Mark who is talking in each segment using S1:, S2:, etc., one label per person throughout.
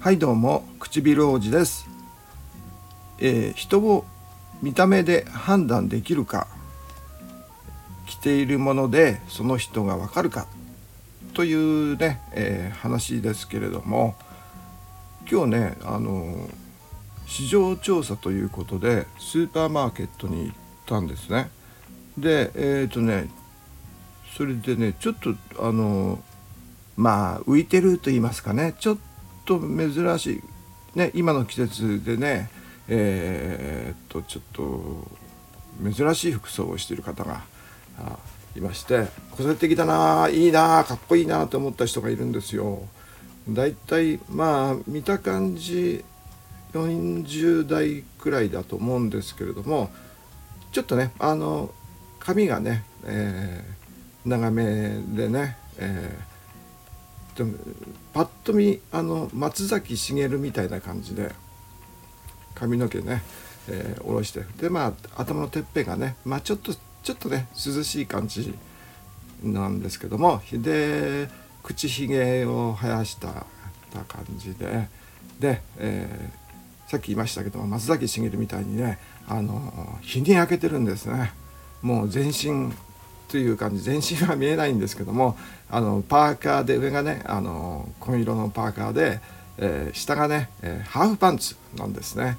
S1: はいどうも、唇王子です。人を見た目で判断できるか、着ているものでその人がわかるかというね、話ですけれども、今日ね、市場調査ということでスーパーマーケットに行ったんですね。で、それでね、ちょっと浮いてると言いますかね、ちょっと珍しいね、今の季節でね、ちょっと珍しい服装をしている方がいまして、個性的だな、いいな、かっこいいなと思った人がいるんですよ。だいたい見た感じ40代くらいだと思うんですけれども、ちょっとね髪がね、長めでね、でもパッと見松崎しげるみたいな感じで髪の毛ね、下ろして、で頭のてっぺんがね、ちょっとね涼しい感じなんですけども、で口ひげを生やした感じで、さっき言いましたけど松崎しげるみたいにね日に焼けてるんですね。もう全身という感じ、全身は見えないんですけども、パーカーで上がね紺色のパーカーで、下がね、ハーフパンツなんですね。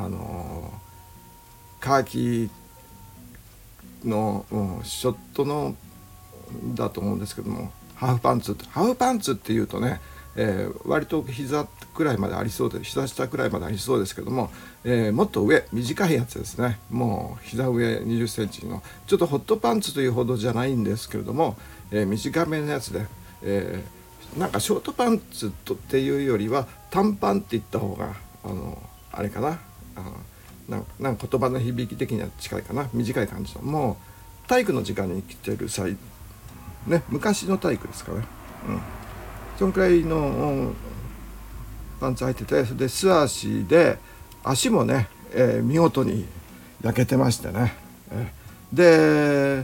S1: カーキの、ショットのだと思うんですけども、ハーフパンツっていうとね、割と膝くらいまでありそうで、膝下くらいまでありそうですけども、もっと上、短いやつですね。もう膝上20センチのちょっとホットパンツというほどじゃないんですけれども、短めのやつで、なんかショートパンツっていうよりは短パンって言った方があれかな、なんか言葉の響き的には近いかな。短い感じの、もう体育の時間に着てるね、昔の体育ですかね、そのくらいのパンツ履いてて、で素足で足もね、見事に焼けてましてね、で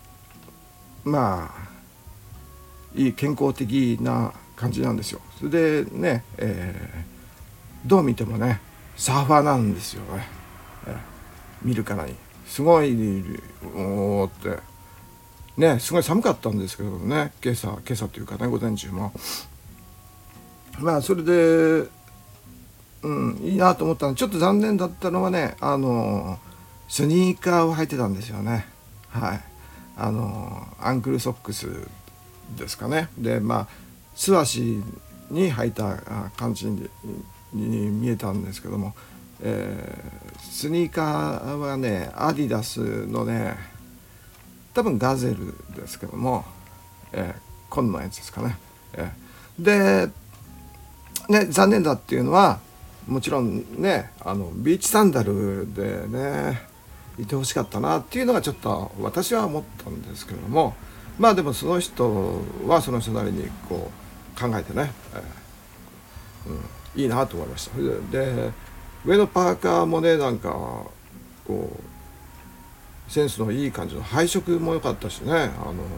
S1: いい健康的な感じなんですよ。それでね、どう見てもねサーファーなんですよね、見るからにすごいおーってね、すごい寒かったんですけどね、今朝というかね、午前中もそれで、いいなと思ったの。ちょっと残念だったのはね、スニーカーを履いてたんですよね。はい、アンクルソックスですかね。で素足に履いた感じに見えたんですけども、スニーカーはねアディダスのね、多分ガゼルですけども、紺のやつですかね。でね、残念だっていうのはもちろんね、ビーチサンダルでねいてほしかったなっていうのがちょっと私は思ったんですけれども、でもその人はその人なりにこう考えてね、いいなと思いました。で上のパーカーもね、なんかこうセンスのいい感じの配色も良かったしね、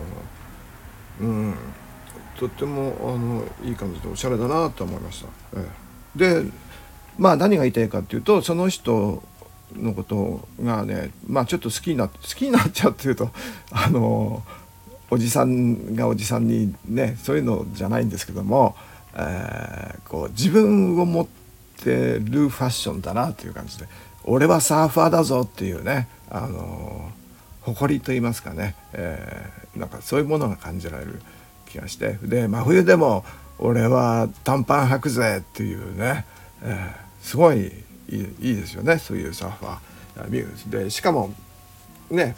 S1: とってもいい感じでおしゃれだなと思いました。で何が言いたいかっていうと、その人のことがね、ちょっと好きになっちゃうっていうとおじさんがおじさんにね、そういうのじゃないんですけども、こう自分を持ってるファッションだなという感じで、俺はサーファーだぞっていうね、誇りと言いますかね、なんかそういうものが感じられる気がして、で真冬でも俺は短パン履くぜっていうね、すごいいいですよね、そういうサーファーで。しかもね、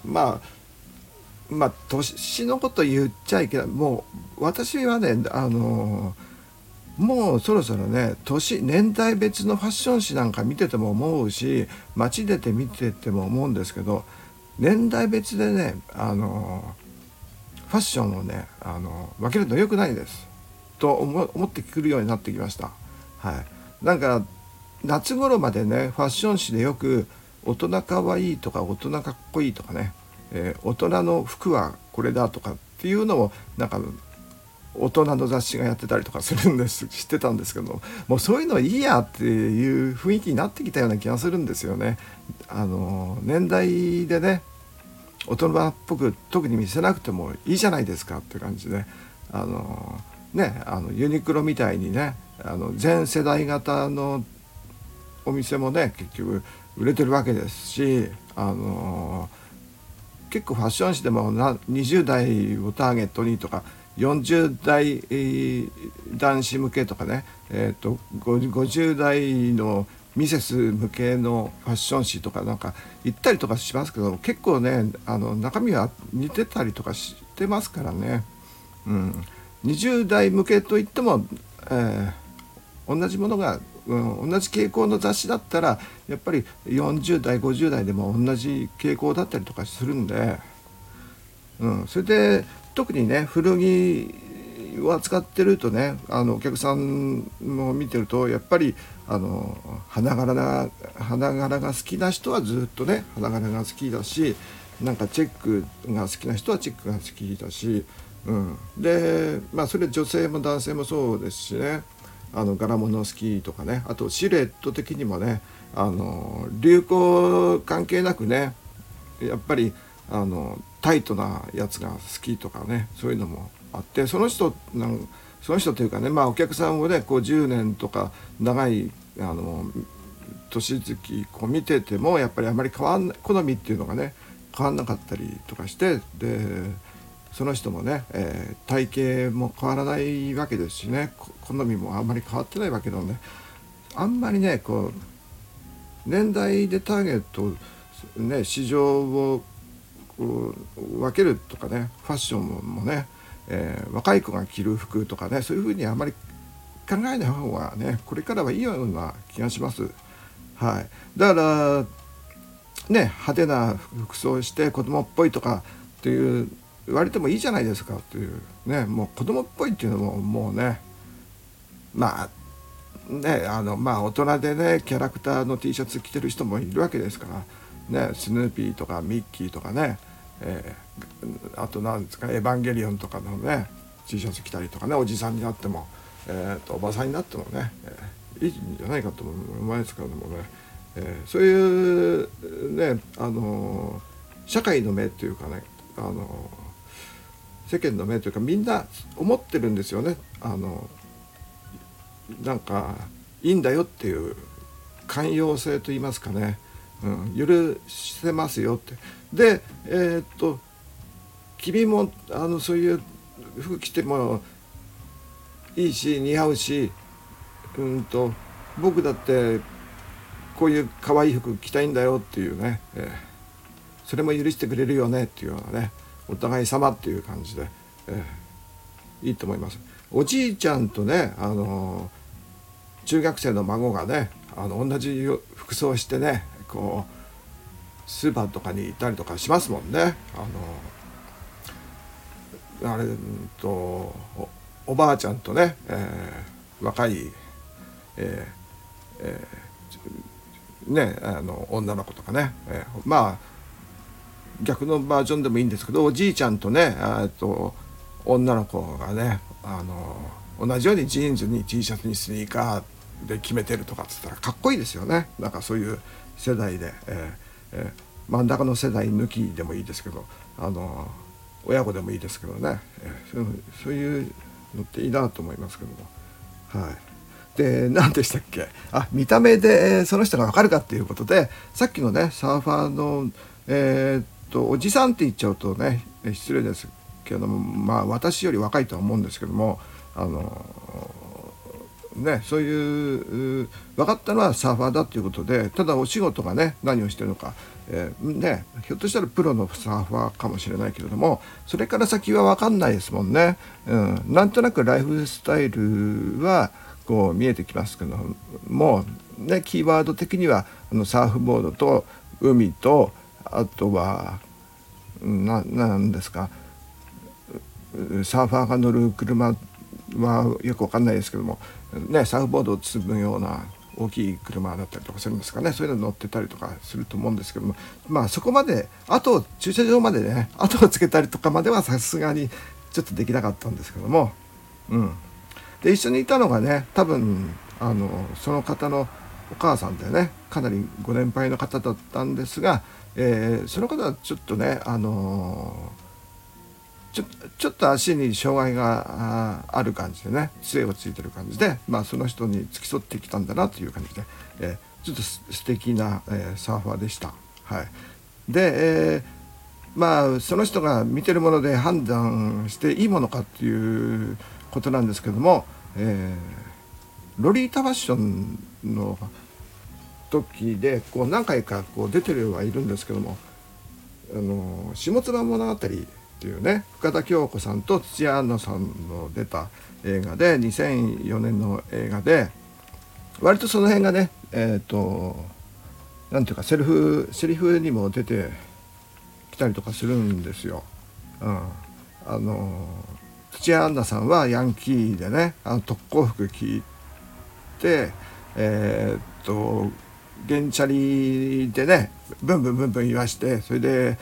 S1: 年のこと言っちゃいけない、もう私はねもうそろそろね、年代別のファッション誌なんか見てても思うし、街出て見てても思うんですけど、年代別でねファッションをね分けるの良くないですと思ってくるようになってきました。はい、なんか夏頃までね、ファッション誌でよく大人かわいいとか大人かっこいいとかね、大人の服はこれだとかっていうのをなんか大人の雑誌がやってたりとかするんです、知ってたんですけど、もうそういうのいいやっていう雰囲気になってきたような気がするんですよね。年代でね、大人っぽく特に見せなくてもいいじゃないですかっていう感じで、ユニクロみたいにね、全世代型のお店もね結局売れてるわけですし、結構ファッション誌でも20代をターゲットにとか、40代男子向けとかね、50代のミセス向けのファッション誌とかなんか行ったりとかしますけど、結構ね中身は似てたりとかしてますからね。20代向けといっても、同じものが、同じ傾向の雑誌だったらやっぱり40代50代でも同じ傾向だったりとかするんで、それで特にね古着を扱ってるとね、お客さんも見てるとやっぱり花柄が好きな人はずっとね花柄が好きだし、なんかチェックが好きな人はチェックが好きだし、でそれ女性も男性もそうですしね、柄物好きとかね、あとシルエット的にもね流行関係なくねやっぱりタイトなやつが好きとかね、そういうのもあって、その人というかね、お客さんをねこう10年とか長い年月こう見ててもやっぱりあまり好みっていうのがね変わんなかったりとかして、でその人もね、体型も変わらないわけですしね、好みもあんまり変わってないわけなので、あんまりねこう年代でターゲットね市場を分けるとかね、ファッションもね、若い子が着る服とかね、そういうふうにあまり考えない方がねこれからはいいような気がします。だからね、派手な服装をして子供っぽいとかっていう言われてもいいじゃないですかっていうね、もう子供っぽいっていうのももうね大人でねキャラクターの T シャツ着てる人もいるわけですからね、スヌーピーとかミッキーとかね、あと何ですかエヴァンゲリオンとかのね T シャツ着たりとかね、おじさんになっても、おばさんになってもね、いいんじゃないかと思いますけどもね、そういうね社会の目というかね世間の目というかみんな思ってるんですよね。なんかいいんだよっていう寛容性と言いますかね、許せますよって。で君もそういう服着てもいいし似合うし、僕だってこういう可愛い服着たいんだよっていうね、それも許してくれるよねっていうようなね、お互い様っていう感じで、いいと思います。おじいちゃんとね中学生の孫がね同じ服装してねこうスーパーとかにいたりとかしますもんね。おばあちゃんとね、若い、女の子とかね、逆のバージョンでもいいんですけど、おじいちゃんとね女の子がね同じようにジーンズに T シャツにスニーカーで決めてるとかっつったらかっこいいですよね。なんかそういう世代で、真ん中の世代抜きでもいいですけど親子でもいいですけどね、そういうのっていいなと思いますけども。で何でしたっけ、見た目で、その人が分かるかっていうことで、さっきのねサーファーのおじさんって言っちゃうとね失礼ですけども、私より若いとは思うんですけどもそういう分かったのはサーファーだということで、ただお仕事がね何をしてるのか、ひょっとしたらプロのサーファーかもしれないけれども、それから先は分かんないですもんね。なんとなくライフスタイルはこう見えてきますけども、キーワード的にはサーフボードと海と、あとは何ですか、サーファーが乗る車はよく分かんないですけども、サーフボードを積むような大きい車だったりとかするんですかね、そういうの乗ってたりとかすると思うんですけども、そこまで駐車場までね後をつけたりとかまではさすがにちょっとできなかったんですけども、 で一緒にいたのがね、多分その方のお母さんでね、かなりご年配の方だったんですが、その方はちょっとね、ちょっと足に障害がある感じでね、杖をついてる感じで、その人に付き添ってきたんだなという感じで、ちょっと素敵な、サーファーでした。はい。で、その人が見てるもので判断していいものかっていうことなんですけども、ロリータファッションの時で何回か出てるはいるんですけども、下妻物語っていうね、深田恭子さんと土屋アンナさんの出た映画で、2004年の映画で、割とその辺がね、なんていうかセリフにも出てきたりとかするんですよ。土屋アンナさんはヤンキーでね、特攻服着て、原チャリでね、ブンブン言わして、それで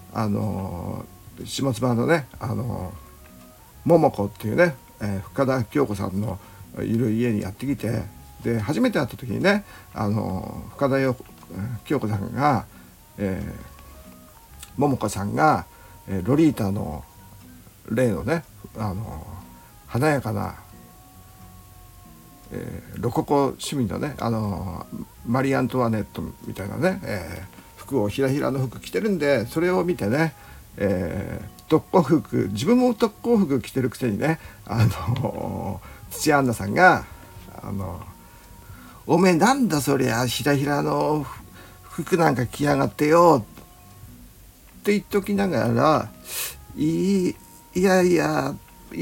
S1: 下妻のね、桃子っていうね、深田恭子さんのいる家にやってきて、で初めて会った時にね、深田恭子さんが、桃子さんが、ロリータの例のね、華やかな、ロココ趣味のね、マリー・アントワネットみたいなね、服をひらひらの服着てるんで、それを見てね、特攻服、自分も特攻服着てるくせにね、土屋アンナさんがおめえなんだそりゃひらひらの服なんか着やがってよって言っときながら、いや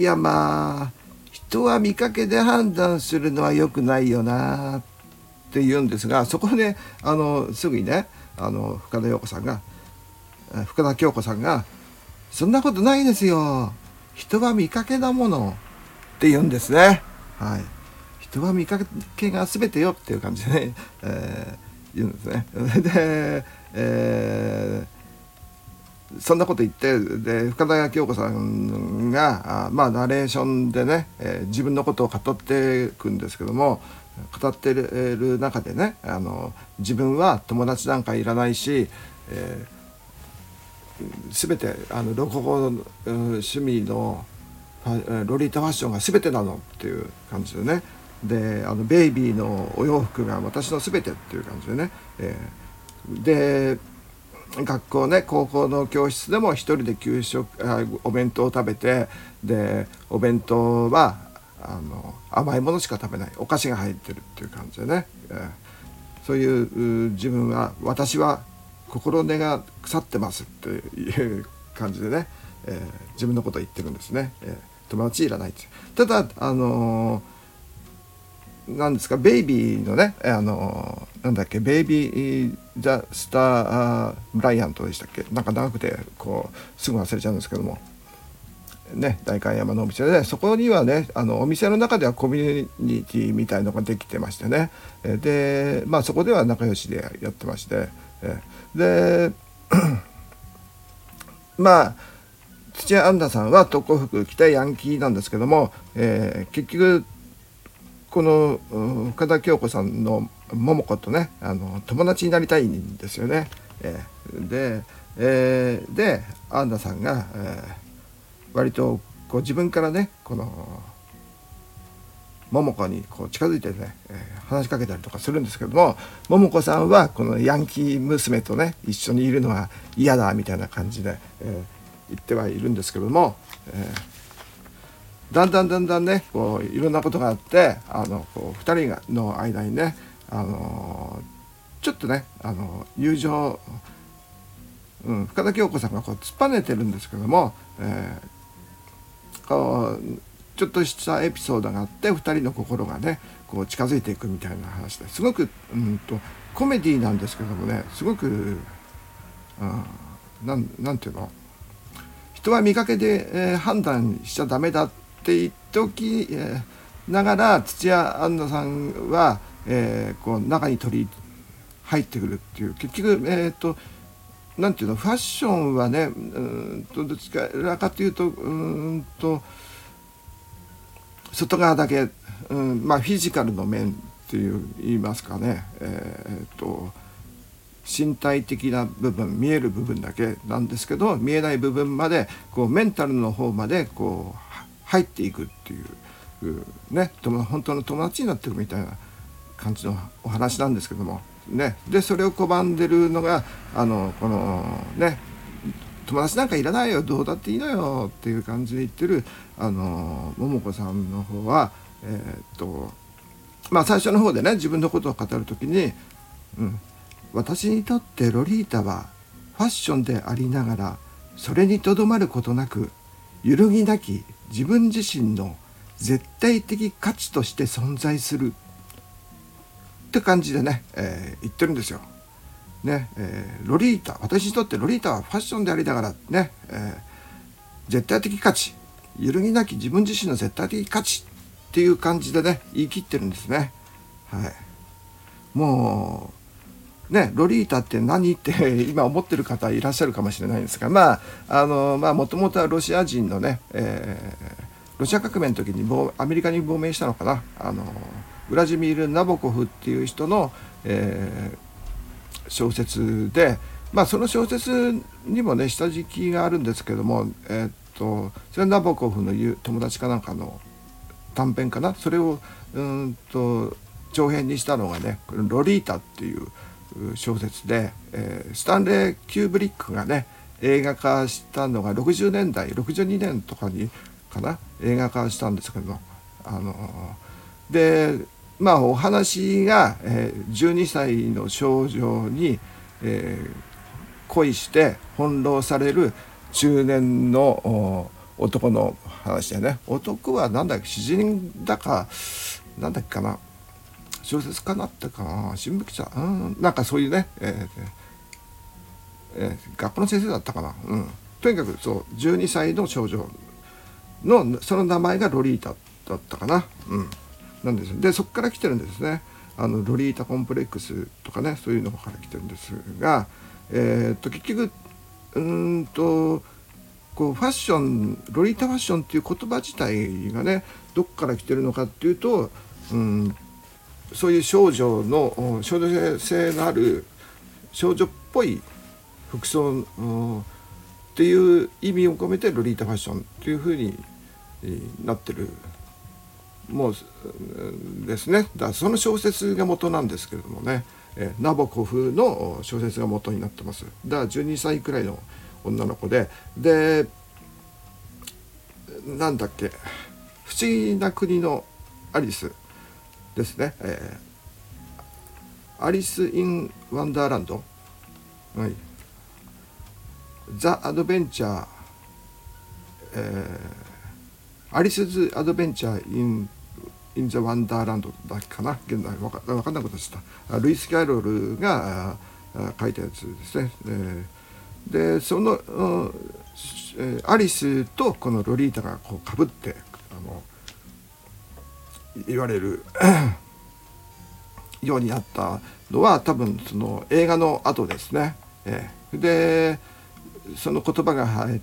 S1: 人は見かけで判断するのは良くないよなって言うんですが、そこですぐにね、深田恭子さんがそんなことないですよ、人は見かけだものって言うんですね。はい。人は見かけが全てよっていう感じでね、言うんですね。で、そんなこと言って、で深田恭子さんがナレーションでね、自分のことを語っていくんですけども、語ってる中でね、自分は友達なんかいらないし、全てロココ趣味のロリータファッションが全てなのっていう感じでね、でベイビーのお洋服が私の全てっていう感じでね、で学校ね、高校の教室でも一人でお弁当を食べて、でお弁当は甘いものしか食べない、お菓子が入ってるっていう感じでね、そういう私は心根が腐ってますっていう感じでね、自分のことを言ってるんですね。友達いらないって。ただなんですか、ベイビーのね、なんだっけ、ベイビー・ザ・スター・ブライアントでしたっけ、なんか長くてすぐ忘れちゃうんですけどもね、代官山のお店で、そこにはね、お店の中ではコミュニティみたいのができてましてね、でそこでは仲良しでやってまして、で土屋アンナさんは特攻服着たヤンキーなんですけども、結局この深田恭子さんの桃子とね、友達になりたいんですよね。でアンナさんが、割と自分からね、この桃子に近づいてね、話しかけたりとかするんですけども、桃子さんはこのヤンキー娘とね一緒にいるのは嫌だみたいな感じで、言ってはいるんですけども、だんだんねいろんなことがあって、2人の間にね、ちょっとね友情、深田恭子さんが突っぱねてるんですけども、ちょっとしたエピソードがあって、2人の心がね近づいていくみたいな話で、すごくコメディなんですけどもね、すごく、なんていうの、人は見かけで、判断しちゃダメだって言っておきながら、土屋アンナさんは、中に入ってくるっていう、結局なんていうの、ファッションはね、どっちかというと外側だけ、まあフィジカルの面と言いますかね、身体的な部分、見える部分だけなんですけど、見えない部分までこうメンタルの方までこう入っていくっていうね、本当の友達になってるみたいな感じのお話なんですけどもね。でそれを拒んでるのがこのね、友達なんかいらないよ、どうだっていいのよっていう感じで言ってる桃子さんの方は、まあ最初の方でね、自分のことを語るときに、私にとってロリータはファッションでありながら、それにとどまることなく揺るぎなき自分自身の絶対的価値として存在するって感じでね、言ってるんですよ。ね、ロリータ、私にとってロリータはファッションでありながらね、絶対的価値、揺るぎなき自分自身の絶対的価値っていう感じでね、言い切ってるんですね。はい。もうね、ロリータって何って今思ってる方いらっしゃるかもしれないんですが、まあもともとはロシア人のね、ロシア革命の時にアメリカに亡命したのかな、ウラジミール・ナボコフっていう人の、小説で、まあその小説にもね下敷きがあるんですけども、それはナボコフの友達かなんかの短編かな、それを長編にしたのがね、ロリータっていう小説で、スタンレー・キューブリックがね映画化したのが60年代62年とかにかな、映画化したんですけど、でまあお話が、12歳の少女に、恋して翻弄される中年の男の話でね、男はなんだっけ、詩人だかなんだっけかな、小説家なってかな、新聞記者、なんかそういうね、学校の先生だったかな、とにかくそう12歳の少女のその名前がロリータだったかな、なんです。でそこから来てるんですね。ロリータコンプレックスとかね、そういうのから来てるんですが、結局こうファッション、ロリータファッションっていう言葉自体がね、どっから来てるのかっていうと、そういう少女性のある少女っぽい服装っていう意味を込めてロリータファッションっていう風になってるもうですね。だからその小説が元なんですけれどもね、ナボコフの小説が元になってます。だから12歳くらいの女の子で、なんだっけ、不思議な国のアリスですね、アリス・イン・ワンダーランド、はい、ザ・アドベンチャー、アリスズ・アドベンチャー・イン・ザ・ワンダーランドだっけかな、現在分かんなくなっちゃった。ルイス・キャロルが書いたやつですね。でそのアリスとこのロリータがこう被って言われるようになったのは多分その映画の後ですね。でその言葉が入って、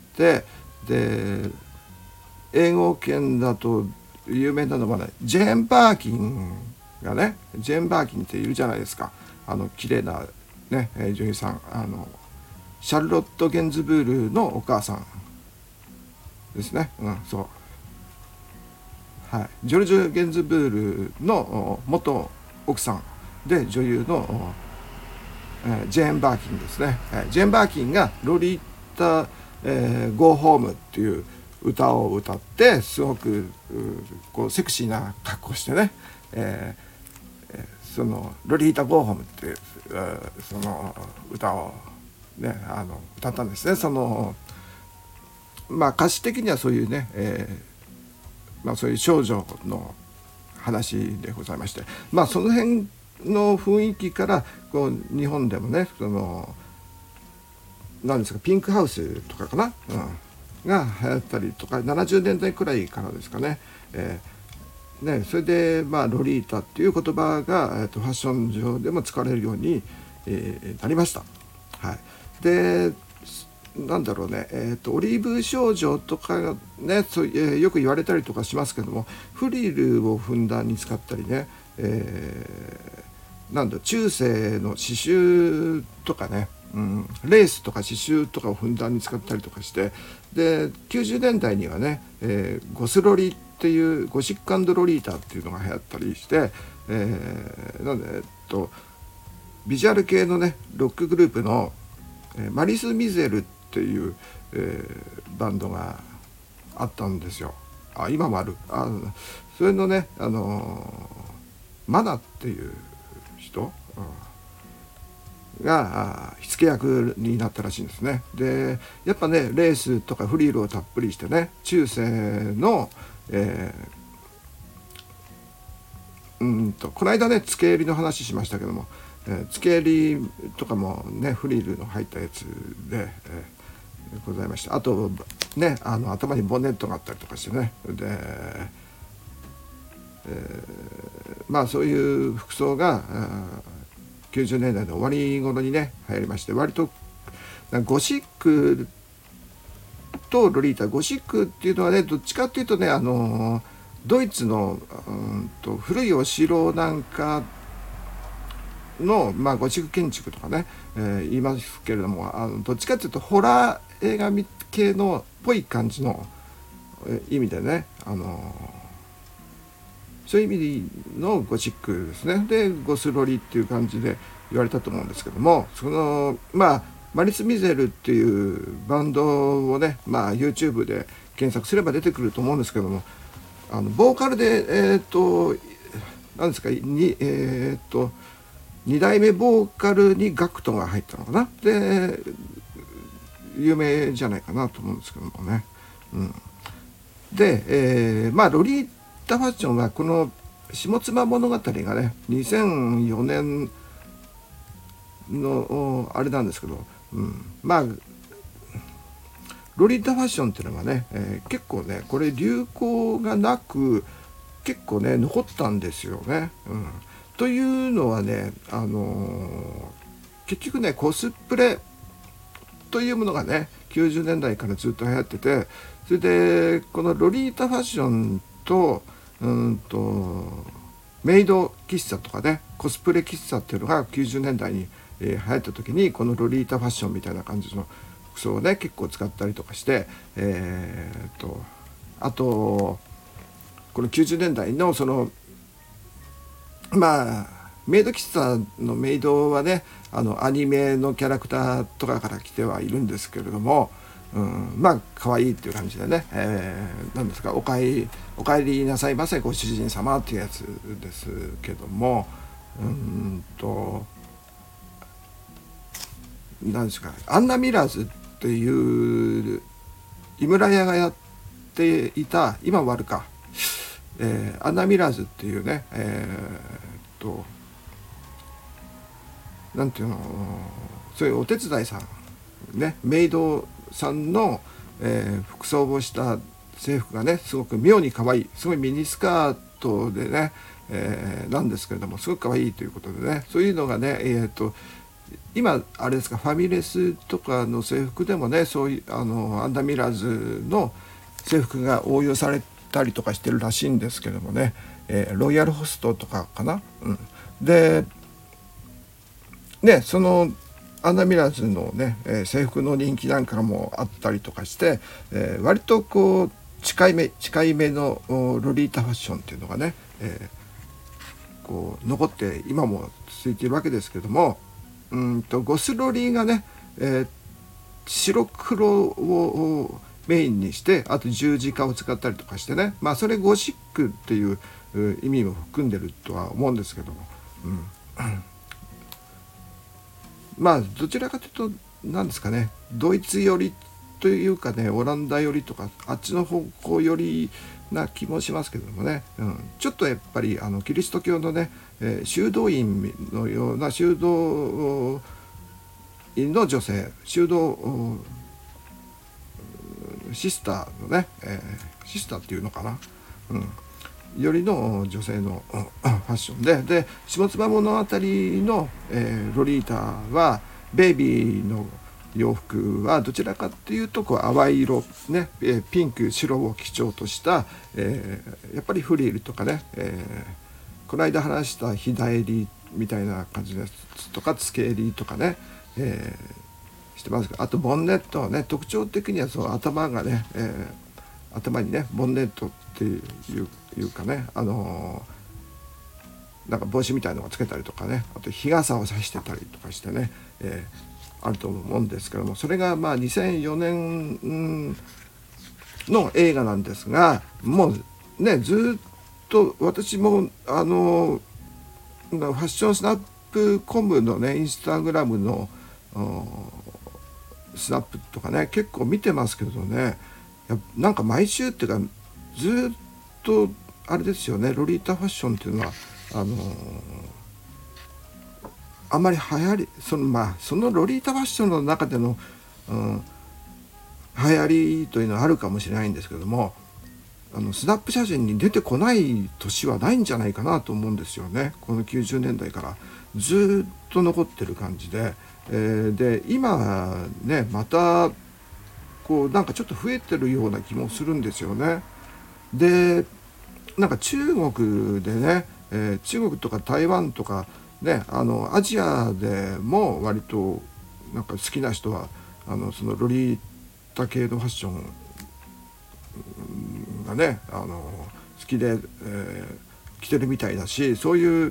S1: で英語圏だと有名なのはね、ジェーン・バーキンがね、ジェーン・バーキンっているじゃないですか。綺麗なね女優さん、シャルロット・ゲンズブールのお母さんですね。そう、はい、ジョルジュ・ゲンズブールの元奥さんで女優のジェーン・バーキンですね。ジェーン・バーキンがロリータ、ゴーホームっていう歌を歌って、すごくこうセクシーな格好してね、そのロリータ・ゴーホームっていうその歌をね歌ったんですね。その歌詞的にはそういうね、そういう少女の話でございまして、その辺の雰囲気からこう日本でもね、その何ですか、ピンクハウスとかかな、が流行ったりとか、70年代くらいからですかね。それでロリータっていう言葉が、ファッション上でも使われるように、なりました。はい、でなんだろうね、オリーブ少女とかがね、よく言われたりとかしますけども、フリルをふんだんに使ったりね、なんだ中世の刺繍とかね、レースとか刺繍とかをふんだんに使ったりとかして、で90年代にはね、ゴスロリっていうゴシック&ロリータっていうのが流行ったりして、なんでビジュアル系のねロックグループのマリス・ミゼルっていう、バンドがあったんですよ。今もある。それのね、マナっていう人、が火付け役になったらしいんですね。でやっぱねレースとかフリルをたっぷりしてね、中世の、この間ね付け襟の話しましたけども、付け襟とかもねフリルの入ったやつで、ございました。あとね頭にボンネットがあったりとかしてね、で、まあそういう服装が90年代の終わり頃にね流行りまして、割とゴシックとロリータ、ゴシックっていうのはねどっちかっていうとねドイツの古いお城なんかの、ゴシック建築とかね、言いますけれども、どっちかっていうとホラー映画系のっぽい感じの意味でね、そういう意味のゴシックですね。でゴスロリっていう感じで言われたと思うんですけども、マリス・ミゼルっていうバンドをね、YouTube で検索すれば出てくると思うんですけども、ボーカルで何ですか2代目ボーカルにガクトが入ったのかな。で有名じゃないかなと思うんですけどもね。で、ロリータファッションはこの下妻物語がね2004年のあれなんですけど、ロリータファッションっていうのはね、結構ねこれ流行がなく結構ね残ったんですよね。というのはね、結局ねコスプレというものがね90年代からずっと流行ってて、それでこのロリータファッションとメイド喫茶とかねコスプレ喫茶っていうのが90年代に、流行った時にこのロリータファッションみたいな感じの服装をね結構使ったりとかして、あとこの90年代のそのメイド喫茶のメイドはねアニメのキャラクターとかから来てはいるんですけれども、可愛いっていう感じでね、何ですかお帰りなさいませご主人様っていうやつですけども、何ですかアンナ・ミラーズっていう井村屋がやっていた今もあるか、アンナ・ミラーズっていうねなんていうのそういうお手伝いさんねメイドさんの、服装をした制服がねすごく妙に可愛い、すごいミニスカートでね、なんですけれどもすごく可愛いということでね、そういうのがね今あれですかファミレスとかの制服でもねそういうアンダーミラーズの制服が応用されたりとかしてるらしいんですけどもね、ロイヤルホストとかかな、でねそのアンダーミラーズのね、制服の人気なんかもあったりとかして、割とこう近い目のロリータファッションっていうのがね、こう残って今も続いているわけですけども、ゴスロリーがね、白黒をメインにしてあと十字架を使ったりとかしてね、それゴシックっていう意味も含んでるとは思うんですけども、どちらかというと何ですかねドイツ寄りというかねオランダ寄りとかあっちの方向寄りな気もしますけどもね、ちょっとやっぱりキリスト教のね、修道院のような修道院の女性修道シスターのね、シスターっていうのかな、よりの女性のファッションで下妻物語の、ロリータはベイビーの洋服はどちらかっていうと淡い色、ね、ピンク白を基調とした、やっぱりフリルとかね、この間話したひだ襟みたいな感じのやつとかつけ襟とかね、してます。あとボンネットはね、特徴的にはそう頭がね、頭にねボンネットっていうかね、なんか帽子みたいのをつけたりとかね、あと日傘を差してたりとかしてね、あると思うんですけども、それがまあ2004年の映画なんですが、もうねずっと私もファッションスナップコムのねインスタグラムのスナップとかね結構見てますけどね、なんか毎週っていうかずっとあれですよね、ロリータファッションっていうのはあんまり流行りそのロリータファッションの中での、流行りというのはあるかもしれないんですけども、スナップ写真に出てこない年はないんじゃないかなと思うんですよね。この90年代からずっと残ってる感じで、で今ねまたこうなんかちょっと増えてるような気もするんですよね。でなんか中国でね、中国とか台湾とかね、アジアでも割となんか好きな人はそのロリータ系のファッションがね好きで、着てるみたいだし、そういう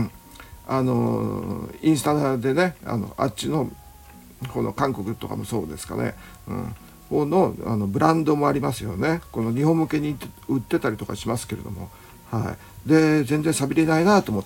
S1: インスタでねあっちのこの韓国とかもそうですかね、このブランドもありますよね。この日本向けに売ってたりとかしますけれども、はい、で全然寂れないなと思って、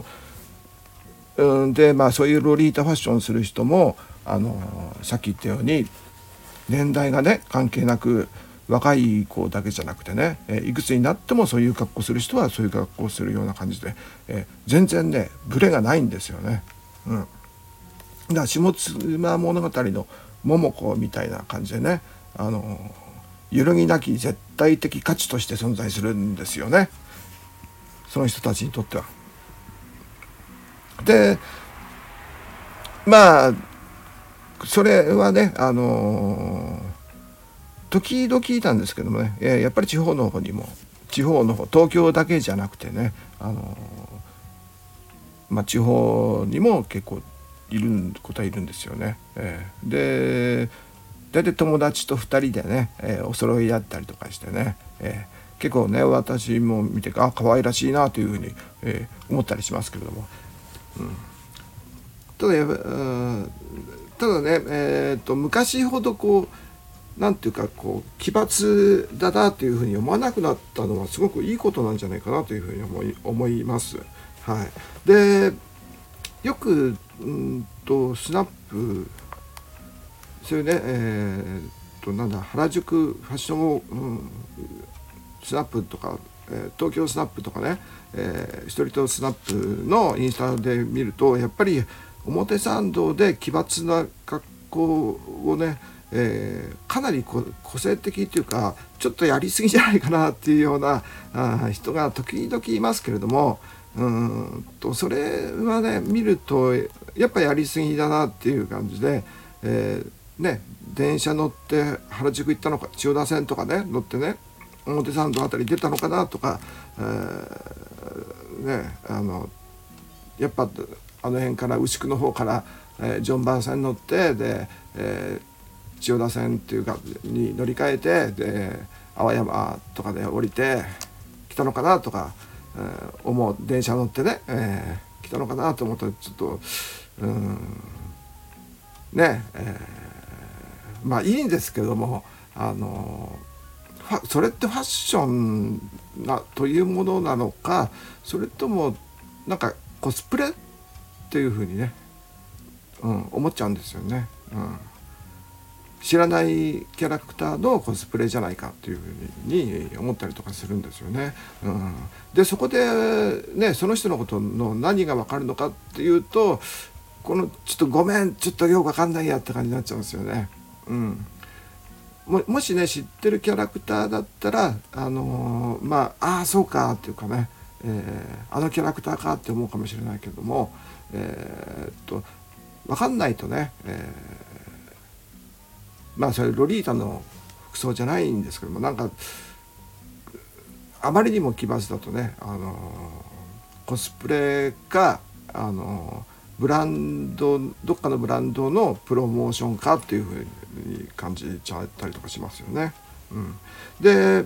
S1: でそういうロリータファッションする人もさっき言ったように年代がね関係なく若い子だけじゃなくてね、いくつになってもそういう格好する人はそういう格好するような感じで、全然ねブレがないんですよね。だから下妻物語の桃子みたいな感じでね、揺るぎなき絶対的価値として存在するんですよね、その人たちにとっては。でそれはね時々いたんですけどもね、やっぱり地方の方、東京だけじゃなくてね地方にも結構いることはいるんですよね。で大体友達と2人でね、お揃いだったりとかしてね、結構ね私も見て可愛らしいなというふうに、思ったりしますけれども、ただね、昔ほどこうなんていうかこう奇抜だなというふうに思わなくなったのはすごくいいことなんじゃないかなというふうに思います。はい、でよくスナップそういうね原宿ファッションスナップとか、東京スナップとかね、ストリートスナップのインスタで見るとやっぱり表参道で奇抜な格好をね、かなり個性的というかちょっとやりすぎじゃないかなっていうような人が時々いますけれども、それはね見るとやっぱやりすぎだなっていう感じで、電車乗って原宿行ったのか千代田線とかね乗ってね表参道あたり出たのかなとか、やっぱあの辺から牛久の方から、ジョンバン線乗ってで、千代田線っていうかに乗り換えてで淡山とかで降りて来たのかなとか、思う電車乗ってね、来たのかなと思ったらちょっといいんですけどもそれってファッションというものなのか、それともなんかコスプレっていうふうにね、思っちゃうんですよね。知らないキャラクターのコスプレじゃないかっていうふうに思ったりとかするんですよね。でそこでねその人のことの何が分かるのかっていうとちょっとごめんちょっとよく分かんないやって感じになっちゃうんですよね。もしね知ってるキャラクターだったらそうかっていうかね、あのキャラクターかって思うかもしれないけども、分かんないとね、 それロリータの服装じゃないんですけども、なんかあまりにも奇抜だとね、コスプレかブランド、どっかのブランドのプロモーションかっていう風に感じちゃったりとかしますよね。で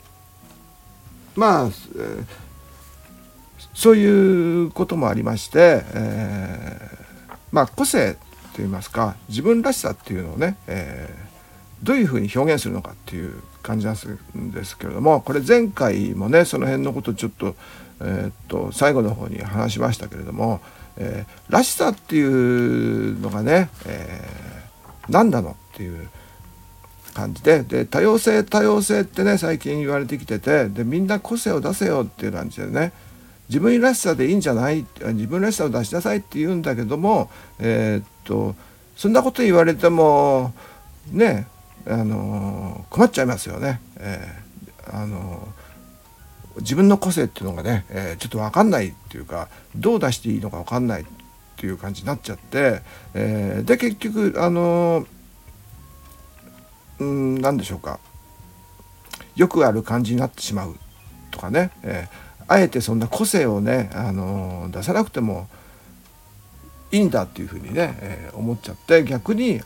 S1: そういうこともありまして、個性といいますか自分らしさっていうのをね、どういうふうに表現するのかっていう感じなんですけれども、これ前回もねその辺のことをちょっと、最後の方に話しましたけれども、らしさっていうのがね、何なのっていう感じで、多様性ってね最近言われてきてて、でみんな個性を出せよっていう感じでね、自分らしさでいいんじゃない、自分らしさを出しなさいって言うんだけども、そんなこと言われてもね困っちゃいますよね。自分の個性っていうのがね、ちょっと分かんないっていうか、どう出していいのか分かんないっていう感じになっちゃって、で結局何でしょうか、よくある感じになってしまうとかね、あえてそんな個性をね、出さなくてもいいんだっていうふうにね、思っちゃって、逆に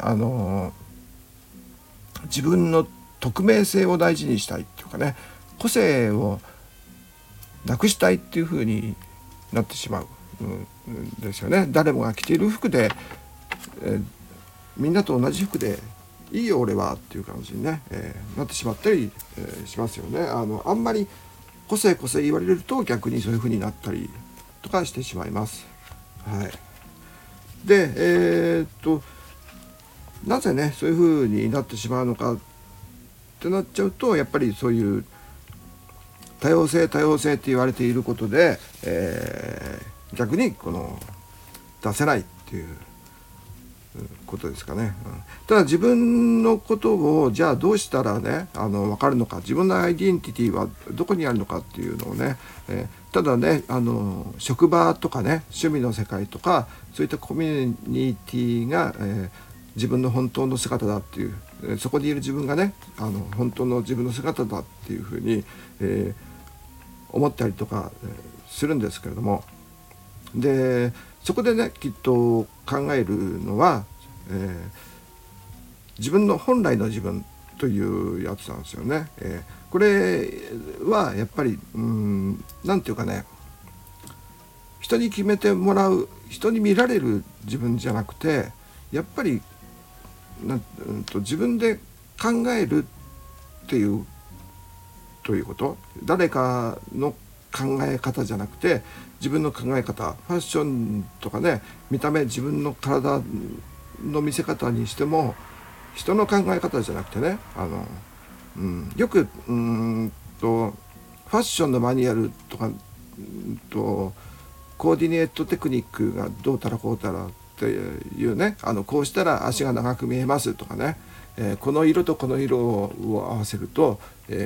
S1: 自分の匿名性を大事にしたいっていうかね、個性をなくしたいっていうふうになってしまうんですよね。誰もが着ている服で、みんなと同じ服でいいよ俺はっていう感じにね、なってしまったり、しますよね。あんまり個性言われると逆にそういうふうになったりとかしてしまいます。はい。でなぜねそういうふうになってしまうのかってなっちゃうと、やっぱりそういう多様性って言われていることで、逆に出せないっていうことですかね。ただ自分のことをじゃあどうしたらね分かるのか、自分のアイデンティティはどこにあるのかっていうのをね、ただね職場とかね趣味の世界とかそういったコミュニティが、自分の本当の姿だっていう、そこにいる自分がね本当の自分の姿だっていうふうに、思ったりとかするんですけれども、でそこでねきっと考えるのは、自分の本来の自分というやつなんですよね。これはやっぱりなんていうかね、人に決めてもらう、人に見られる自分じゃなくて、やっぱり自分で考えるっていうということ、誰かの考え方じゃなくて自分の考え方、ファッションとかね見た目、自分の体の見せ方にしても人の考え方じゃなくてね、よくファッションのマニュアルとかコーディネートテクニックがどうたらこうたらっていうね、こうしたら足が長く見えますとかね、この色とこの色を合わせると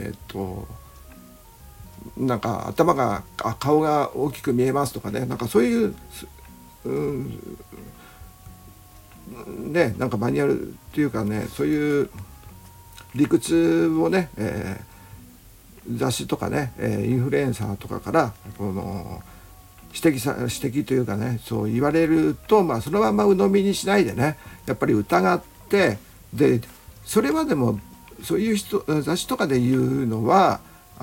S1: なんか顔が大きく見えますとかね、なんかそういうね、なんかマニュアルっていうかね、そういう理屈をね、雑誌とかね、インフルエンサーとかから指摘というかね、そう言われると、そのまま鵜呑みにしないでね、やっぱり疑って、でそれはでもそういう雑誌とかで言うのは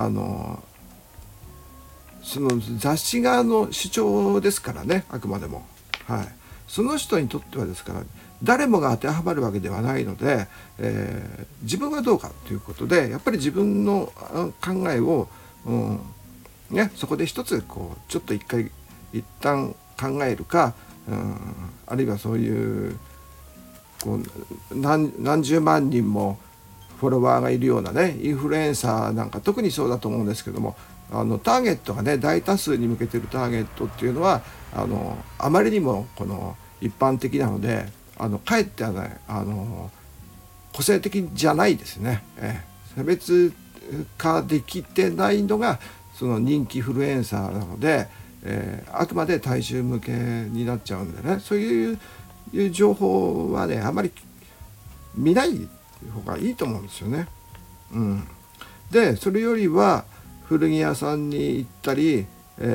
S1: その雑誌側の主張ですからね、あくまでも。はい、その人にとってはですから、誰もが当てはまるわけではないので、自分はどうかということで、やっぱり自分の考えを、そこで一つちょっと一旦考えるか、あるいはそういう何十万人もフォロワーがいるようなねインフルエンサーなんか特にそうだと思うんですけども、ターゲットがね大多数に向けてるターゲットっていうのはあまりにも一般的なので、かえってはね個性的じゃないですね。差別化できてないのがその人気インフルエンサーなので、あくまで大衆向けになっちゃうんでね、そういう情報はねあまり見ない方がいいと思うんですよね。でそれよりは古着屋さんに行ったり、フ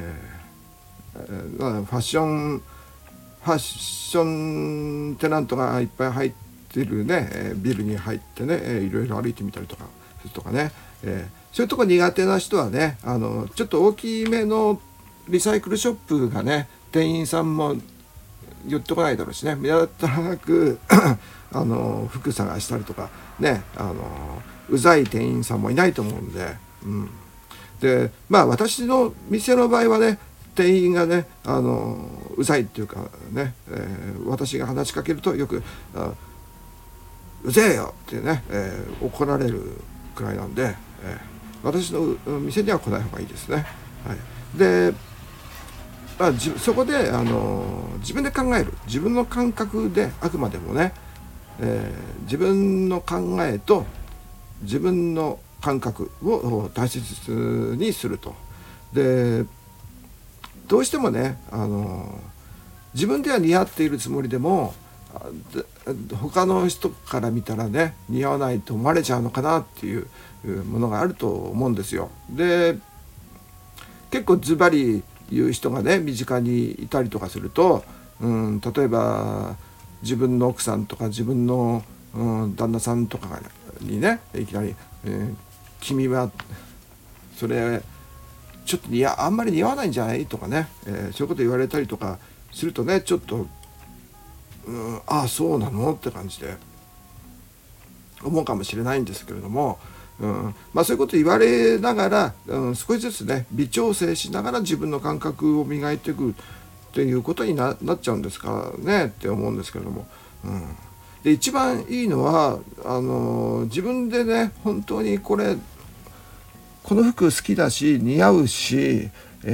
S1: ァッションテナントがいっぱい入ってるね、ビルに入ってね、いろいろ歩いてみたりとかするとかね、そういうとこ苦手な人はね、ちょっと大きめのリサイクルショップがね、店員さんも寄ってこないだろうしね、目立たなく服探したりとかね、うざい店員さんもいないと思うんで、で私の店の場合はね、店員がねうざいっていうかね、私が話しかけるとよくうぜえよってね、怒られるくらいなんで、私の店には来ない方がいいですね。でそこで自分で考える、自分の感覚であくまでもね、自分の考えと自分の感覚を大切にすると。でどうしてもね自分では似合っているつもりでも他の人から見たらね似合わないと思われちゃうのかなっていうものがあると思うんですよ。で結構ズバリ言う人がね身近にいたりとかすると、例えば自分の奥さんとか自分の、旦那さんとかにねいきなり、君はそれちょっとあんまり似合わないんじゃないとかね、そういうこと言われたりとかするとね、ちょっと、ああそうなのって感じで思うかもしれないんですけれども、そういうこと言われながら、少しずつね微調整しながら自分の感覚を磨いていくっていうことに なっちゃうんですからねって思うんですけれども、で一番いいのは自分でね本当にこの服好きだし似合うし、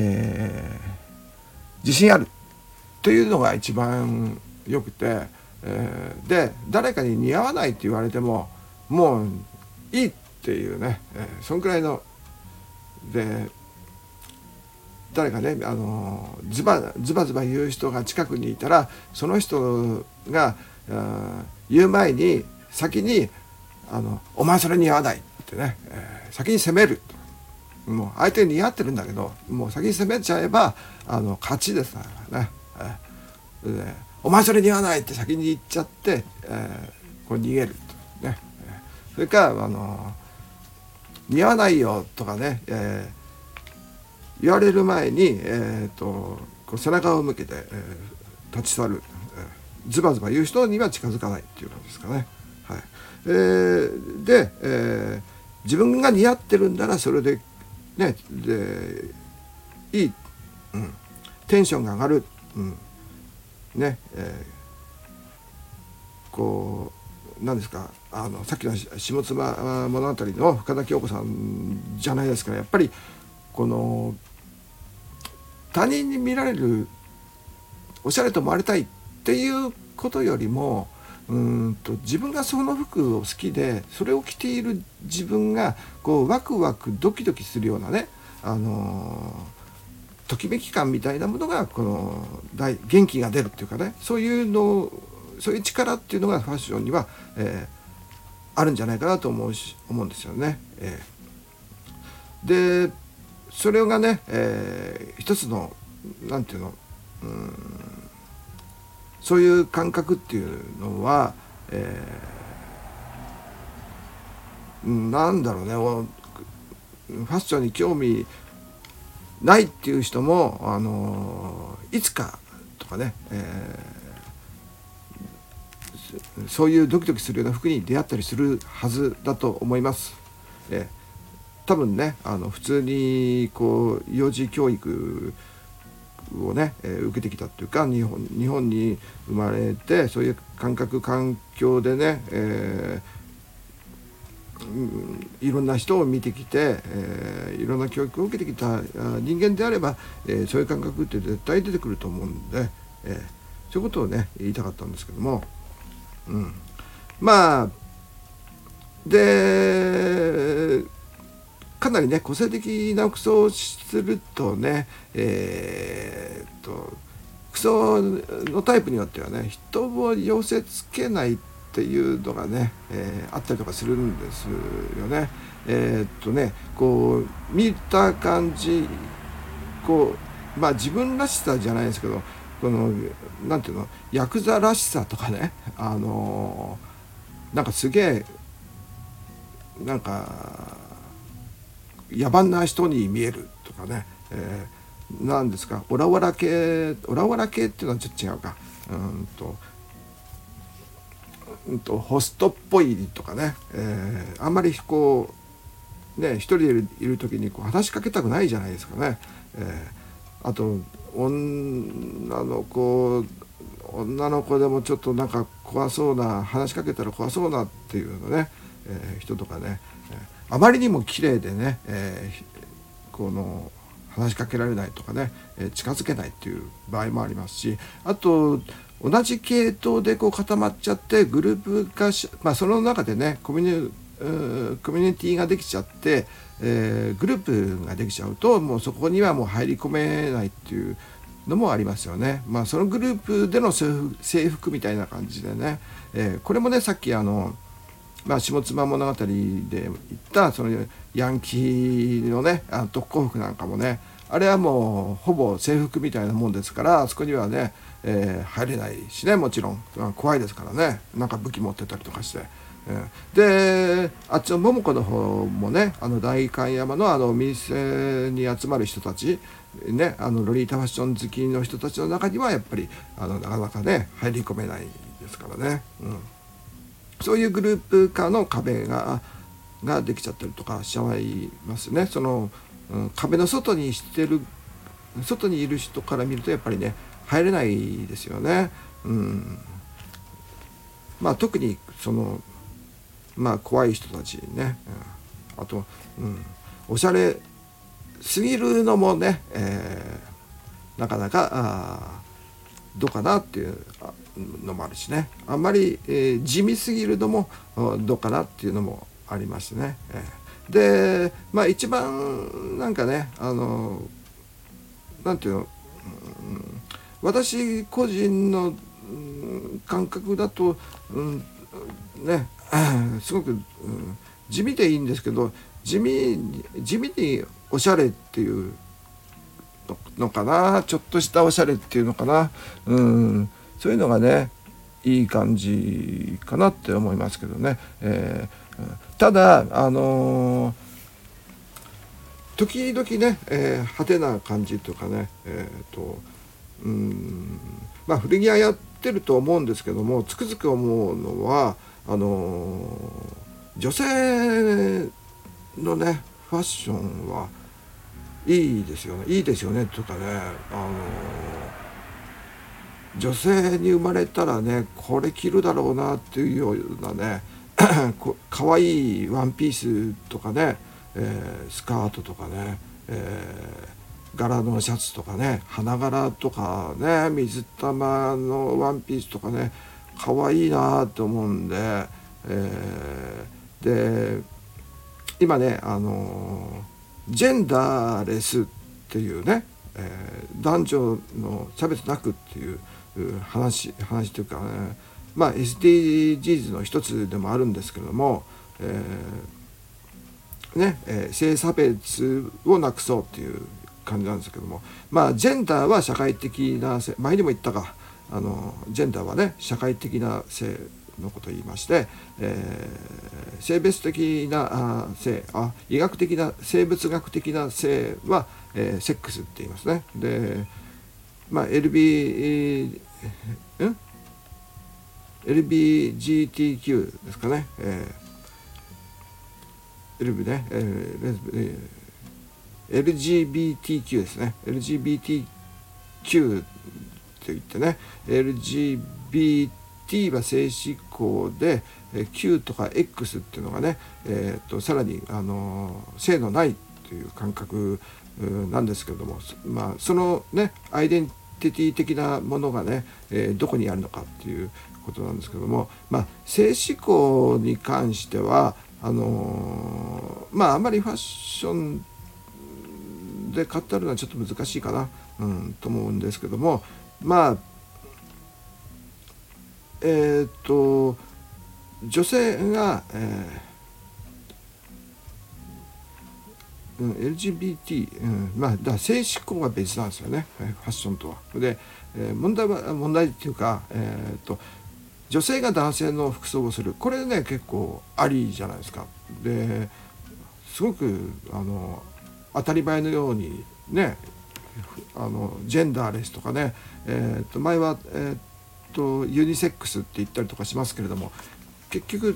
S1: 自信あるっていうのが一番よくて、で誰かに似合わないって言われてももういいっていうね、そんくらいので誰かねズバ言う人が近くにいたらその人が言う前に先にお前それ似合わないってね、先に責める。もう相手に似合ってるんだけどもう先に攻めちゃえば勝ちですからね、お前それ似合わないって先に言っちゃって、これ逃げるとね、それから似合わないよとかね、言われる前に、こう背中を向けて、立ち去る、ズバ言う人には近づかないっていう感じですかね。で、自分が似合ってるんならそれでね、でいい、テンションが上がる、ね、こう何ですかさっきの下妻物語の深田恭子さんじゃないですか、やっぱりこの他人に見られるおしゃれと思われたいっていうことよりも自分がその服を好きでそれを着ている自分がこうワクワクドキドキするようなね、ときめき感みたいなものがこの元気が出るっていうかね、そういう力っていうのがファッションには、あるんじゃないかなと思うんですよね。でそれがね、一つのなんていうのそういう感覚っていうのは、なんだろうね、ファッションに興味ないっていう人もいつかとかね、そういうドキドキするような服に出会ったりするはずだと思います。多分ね普通にこう幼児教育をね、受けてきたっていうか日本に生まれてそういう環境でね、いろんな人を見てきて、いろんな教育を受けてきた人間であれば、そういう感覚って絶対出てくると思うんで、そういうことをね言いたかったんですけども、でかなりね個性的な服装をするとね、服装のタイプによってはね人を寄せつけないっっていうのがね、あったりとかするんですよね。こう見た感じ、こう自分らしさじゃないですけど、このなんていうの、ヤクザらしさとかね、なんかすげえなんか野蛮な人に見えるとかね、なんですか、オラオラ系っていうのはちょっと違うか、ホストっぽいとかね、あんまりこうね、一人でいる時にこう話しかけたくないじゃないですかね。あと女の子でもちょっとなんか怖そうな、話しかけたら怖そうなっていうのね、人とかね、あまりにも綺麗でね、この話しかけられないとかね、近づけないっていう場合もありますし、あと同じ系統でこう固まっちゃってグループ化その中でねコミュニティができちゃって、グループができちゃうと、もうそこにはもう入り込めないっていうのもありますよね。そのグループでの征服みたいな感じでね、これもね、さっき下妻物語で言ったそのヤンキーのね特攻服なんかもね、あれはもうほぼ制服みたいなもんですから、あそこにはね、入れないしね、もちろん怖いですからね、なんか武器持ってたりとかして、であっちの桃子の方もね、代官山のお店に集まる人たちね、ロリータファッション好きの人たちの中にはやっぱりなかなかね入り込めないですからね、そういうグループ化の壁ができちゃったりとかしちゃいますね。その、壁の外にいる人から見るとやっぱりね入れないですよね。特にその怖い人たちね、あと、おしゃれすぎるのもね、なかなかどうかなっていうのもあるしね、あんまり、地味すぎるのもどうかなっていうのもありますね。で一番なんかねなんていうの、私個人の感覚だと、ねすごく、地味でいいんですけど、地味におしゃれっていうのかな、ちょっとしたおしゃれっていうのかな、そういうのがねいい感じかなって思いますけどね。ただ時々ね、派手な感じとかね、古着屋やってると思うんですけども、つくづく思うのは女性のねファッションはいいですよねとかね、女性に生まれたらねこれ着るだろうなっていうようなねかわいいワンピースとかね、スカートとかね、柄のシャツとかね、花柄とかね、水玉のワンピースとかね、かわいいなと思うんで、で今ねジェンダーレスっていうね、男女の差別なくっていう話というかね、SDGs の一つでもあるんですけども、性差別をなくそうっていう感じなんですけども、ジェンダーは社会的な性、前にも言ったか、ジェンダーはね社会的な性のことを言いまして、性別的な性、医学的な生物学的な性は、セックスって言いますね。でLGBTQ ですかね、LGBTQ ですね。LGBTQ って言ってね、LGBT は性指向で、Q とか X っていうのがね、さらに性のないという感覚なんですけれども、そのねアイデンティティ的なものがね、どこにあるのかっていうことなんですけども、性指向に関してはあんまりファッションで語るのはちょっと難しいかな、と思うんですけども、 女性が、LGBT、まあだ性思考は別なんですよね、ファッションとは。で、問題っていうか、女性が男性の服装をする、これね結構ありじゃないですか。ですごく当たり前のようにね、ジェンダーレスとかね、前は、ユニセックスって言ったりとかしますけれども、結局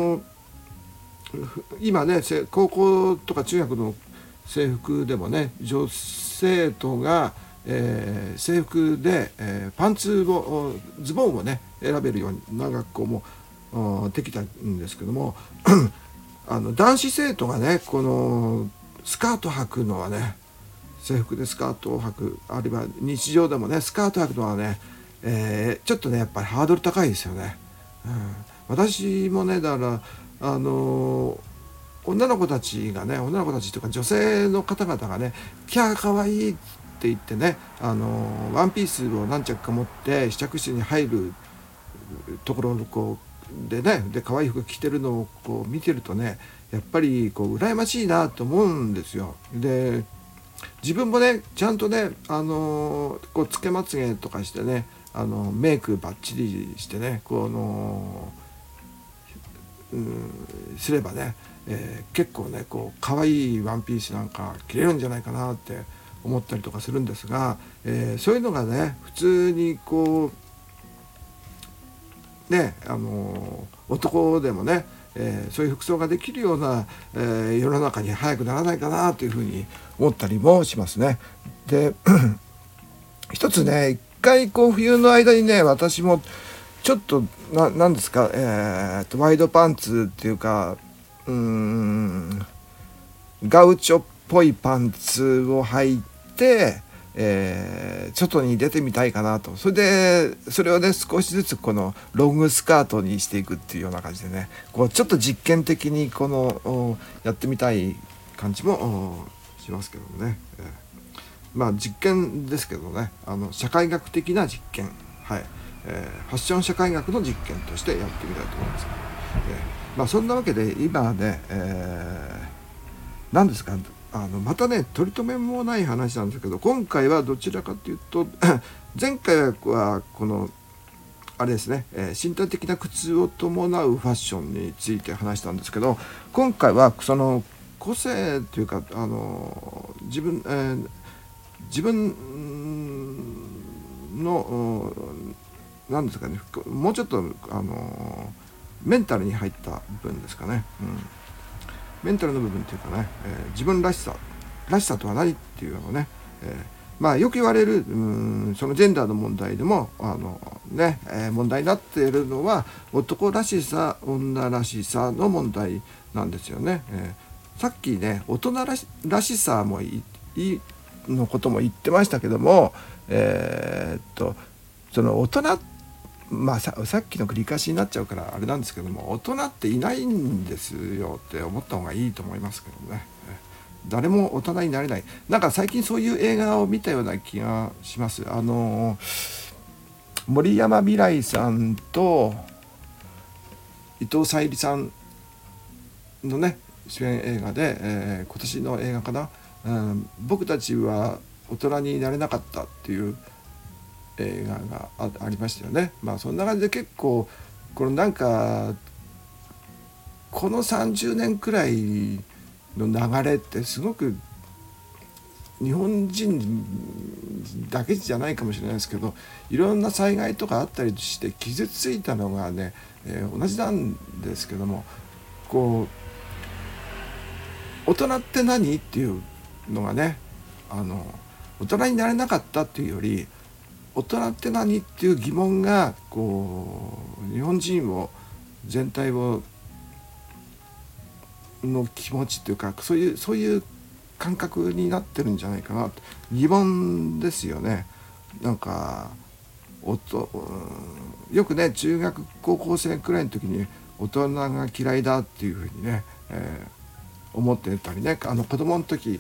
S1: 今ね高校とか中学の制服でもね、女生徒が、制服で、パンツをズボンをね選べるような学校もできたんですけども男子生徒がねこのスカート履くのはね、制服でスカートを履く、あるいは日常でもねスカート履くのはね、ちょっとねやっぱりハードル高いですよね。私もねだから女の子たちがね、女の子たちというか女性の方々がね、キャーかわいいって言ってね、ワンピースを何着か持って試着室に入るところをこうでね、で可愛い服着てるのをこう見てるとね、やっぱりこう羨ましいなと思うんですよ。で自分もねちゃんとねこうつけまつげとかしてね、メイクバッチリしてねすればね、結構ねこう可愛いワンピースなんか着れるんじゃないかなって思ったりとかするんですが、そういうのがね普通にこうね男でもね、そういう服装ができるような、世の中に早くならないかなというふうに思ったりもしますね。で一つね一回こう冬の間にね私もちょっとなんですか、ワイドパンツっていうかガウチョっぽいパンツを履いて、外に出てみたいかなと。それをね少しずつこのロングスカートにしていくっていうような感じでね、こうちょっと実験的にこのやってみたい感じもしますけどもね、まあ実験ですけどね、社会学的な実験、はい、ファッション社会学の実験としてやってみたいと思います。まあそんなわけで今ね、何ですか、またね取り留めもない話なんですけど、今回はどちらかというと前回はこのあれですね、身体的な苦痛を伴うファッションについて話したんですけど、今回はその個性というか自分の何ですかね、もうちょっとメンタルに入った部分ですかね、メンタルの部分っていうかね、自分らしさとは何っていうのをね、まあよく言われるそのジェンダーの問題でも問題になっているのは男らしさ女らしさの問題なんですよね。さっきね大人らしさものことも言ってましたけども、その大人まあ、さっきの繰り返しになっちゃうからあれなんですけども、大人っていないんですよって思った方がいいと思いますけどね。誰も大人になれない。なんか最近そういう映画を見たような気がします。森山未來さんと伊藤沙莉さんのね主演映画で、今年の映画かな、僕たちは大人になれなかったっていう映画が ありましたよね。まあそんな感じで結構このなんかこの30年くらいの流れってすごく日本人だけじゃないかもしれないですけど、いろんな災害とかあったりして傷ついたのがね、同じなんですけども、こう大人って何っていうのがね、大人になれなかったっていうより大人って何っていう疑問がこう日本人を全体をの気持ちっていうかそういう感覚になってるんじゃないかなと疑問ですよね。なんかよくね中学高校生くらいの時に大人が嫌いだっていうふうにね、思ってたりね、子供の時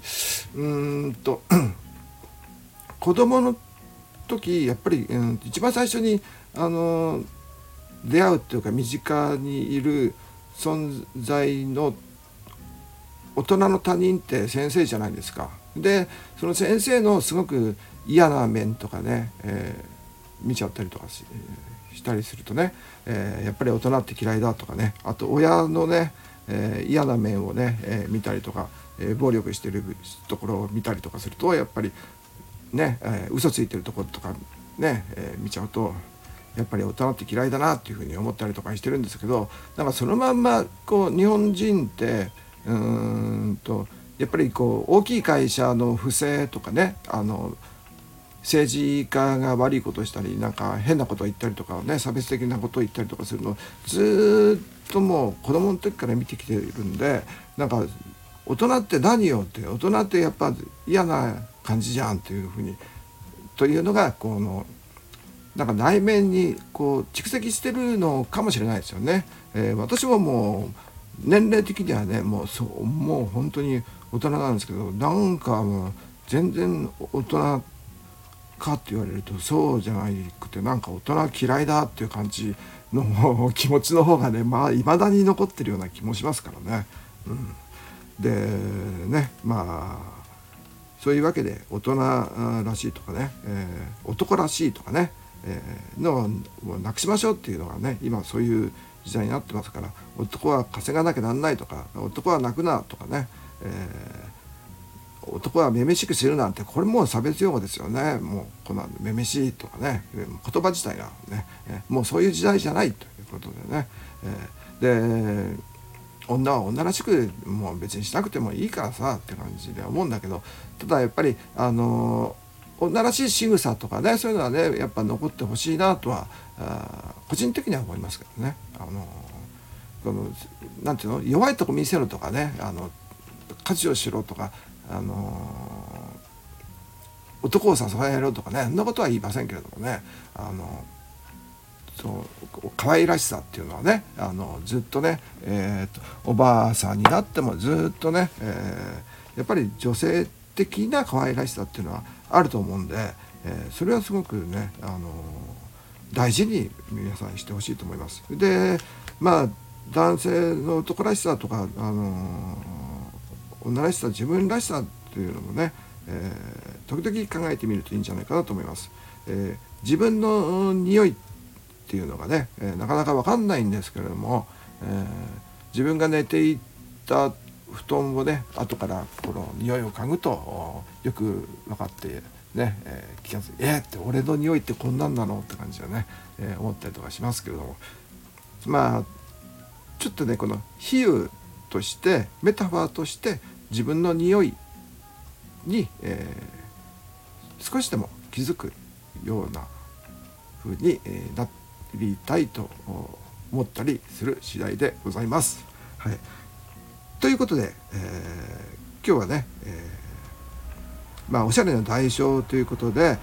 S1: 子供の時やっぱり、一番最初に出会うっていうか身近にいる存在の大人の他人って先生じゃないですか。でその先生のすごく嫌な面とかね、見ちゃったりとかしたりするとね、やっぱり大人って嫌いだとかね、あと親のね、嫌な面をね、見たりとか、暴力してるところを見たりとかするとやっぱりね、嘘ついてるところとかね、見ちゃうとやっぱり大人って嫌いだなっていうふうに思ったりとかしてるんですけど、なんかそのまんまこう日本人ってやっぱりこう大きい会社の不正とかね、政治家が悪いことをしたりなんか変なことを言ったりとかね、差別的なことを言ったりとかするのをずっともう子供の時から見てきているんで、なんか大人って何よって、大人ってやっぱ嫌な感じじゃんっていうふうにというのがこのなんか内面にこう蓄積してるのかもしれないですよね。私ももう年齢的にはねもう本当に大人なんですけど、なんかもう全然大人かって言われるとそうじゃなくて、なんか大人嫌いだっていう感じの気持ちの方がね未だに残ってるような気もしますからね。でね、そういうわけで大人らしいとかね、男らしいとかね、のをなくしましょうっていうのがね、今そういう時代になってますから、男は稼がなきゃなんないとか、男は泣くなとかね、男はめめしくするなんて、これもう差別用語ですよね。もうこんなめめしいとかね、言葉自体がね、もうそういう時代じゃないということでね、で女は女らしくもう別にしなくてもいいからさって感じで思うんだけど、ただやっぱり女らしい仕草とかね、そういうのはねやっぱ残ってほしいなとは個人的には思いますけどね。このなんていうの、弱いとこ見せろとかね、家事をしろとか、男を支えろとかね、そんなことは言いませんけれどもね、そう可愛らしさっていうのはね、ずっとね、おばあさんになってもずっとね、やっぱり女性的な可愛らしさっていうのはあると思うんで、それはすごくね、大事に皆さんしてほしいと思います。で男性の男らしさとか、女らしさ、自分らしさっていうのもね、時々考えてみるといいんじゃないかなと思います。自分の匂いっていうのがね、なかなか分かんないんですけれども、自分が寝ていた布団をね後からこの匂いを嗅ぐとよく分かってね、気がついてって俺の匂いってこんなんなのって感じでね、思ったりとかしますけれども、ちょっとねこの比喩としてメタファーとして自分の匂いに、少しでも気づくような風に、なりたいと思ったりする次第でございます。はい、ということで、今日はね、おしゃれの代償ということで、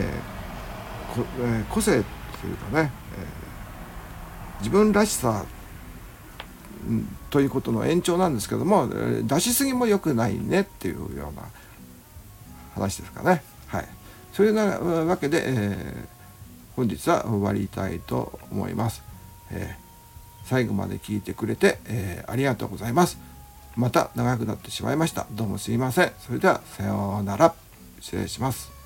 S1: 個性というかね、自分らしさということの延長なんですけども、出しすぎも良くないねっていうような話ですかね。はい、そういうわけで、本日は終わりたいと思います。最後まで聞いてくれて、ありがとうございます。また長くなってしまいました。どうもすいません。それではさようなら。失礼します。